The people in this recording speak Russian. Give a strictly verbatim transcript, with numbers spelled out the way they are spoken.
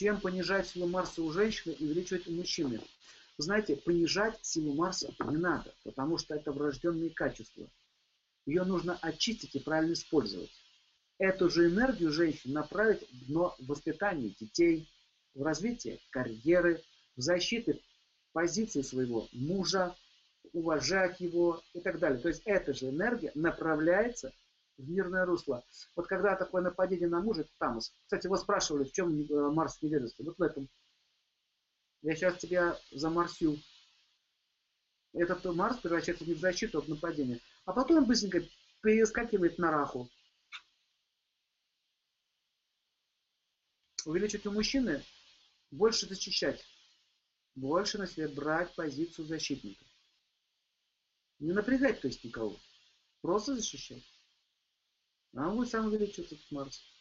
чем понижать силу Марса у женщины и увеличивать у мужчины. Вы знаете, понижать силу Марса не надо, потому что это врожденные качества. Ее нужно очистить и правильно использовать. Эту же энергию женщин направить в воспитание детей, в развитие карьеры, в защиту позиции своего мужа, уважать его и так далее. То есть эта же энергия направляется в мирное русло. Вот когда такое нападение на мужа, это Тамас. Кстати, его спрашивали, в чем Марс невежества. Вот в этом. Я сейчас тебя замарсю. Этот Марс превращается не в защиту, а в нападение. А потом он быстренько перескакивает на Раху. Увеличить у мужчины, больше защищать, больше на себя брать позицию защитника. Не напрягать, то есть, никого. Просто защищать. А он будет сам увеличиваться, этот Марс.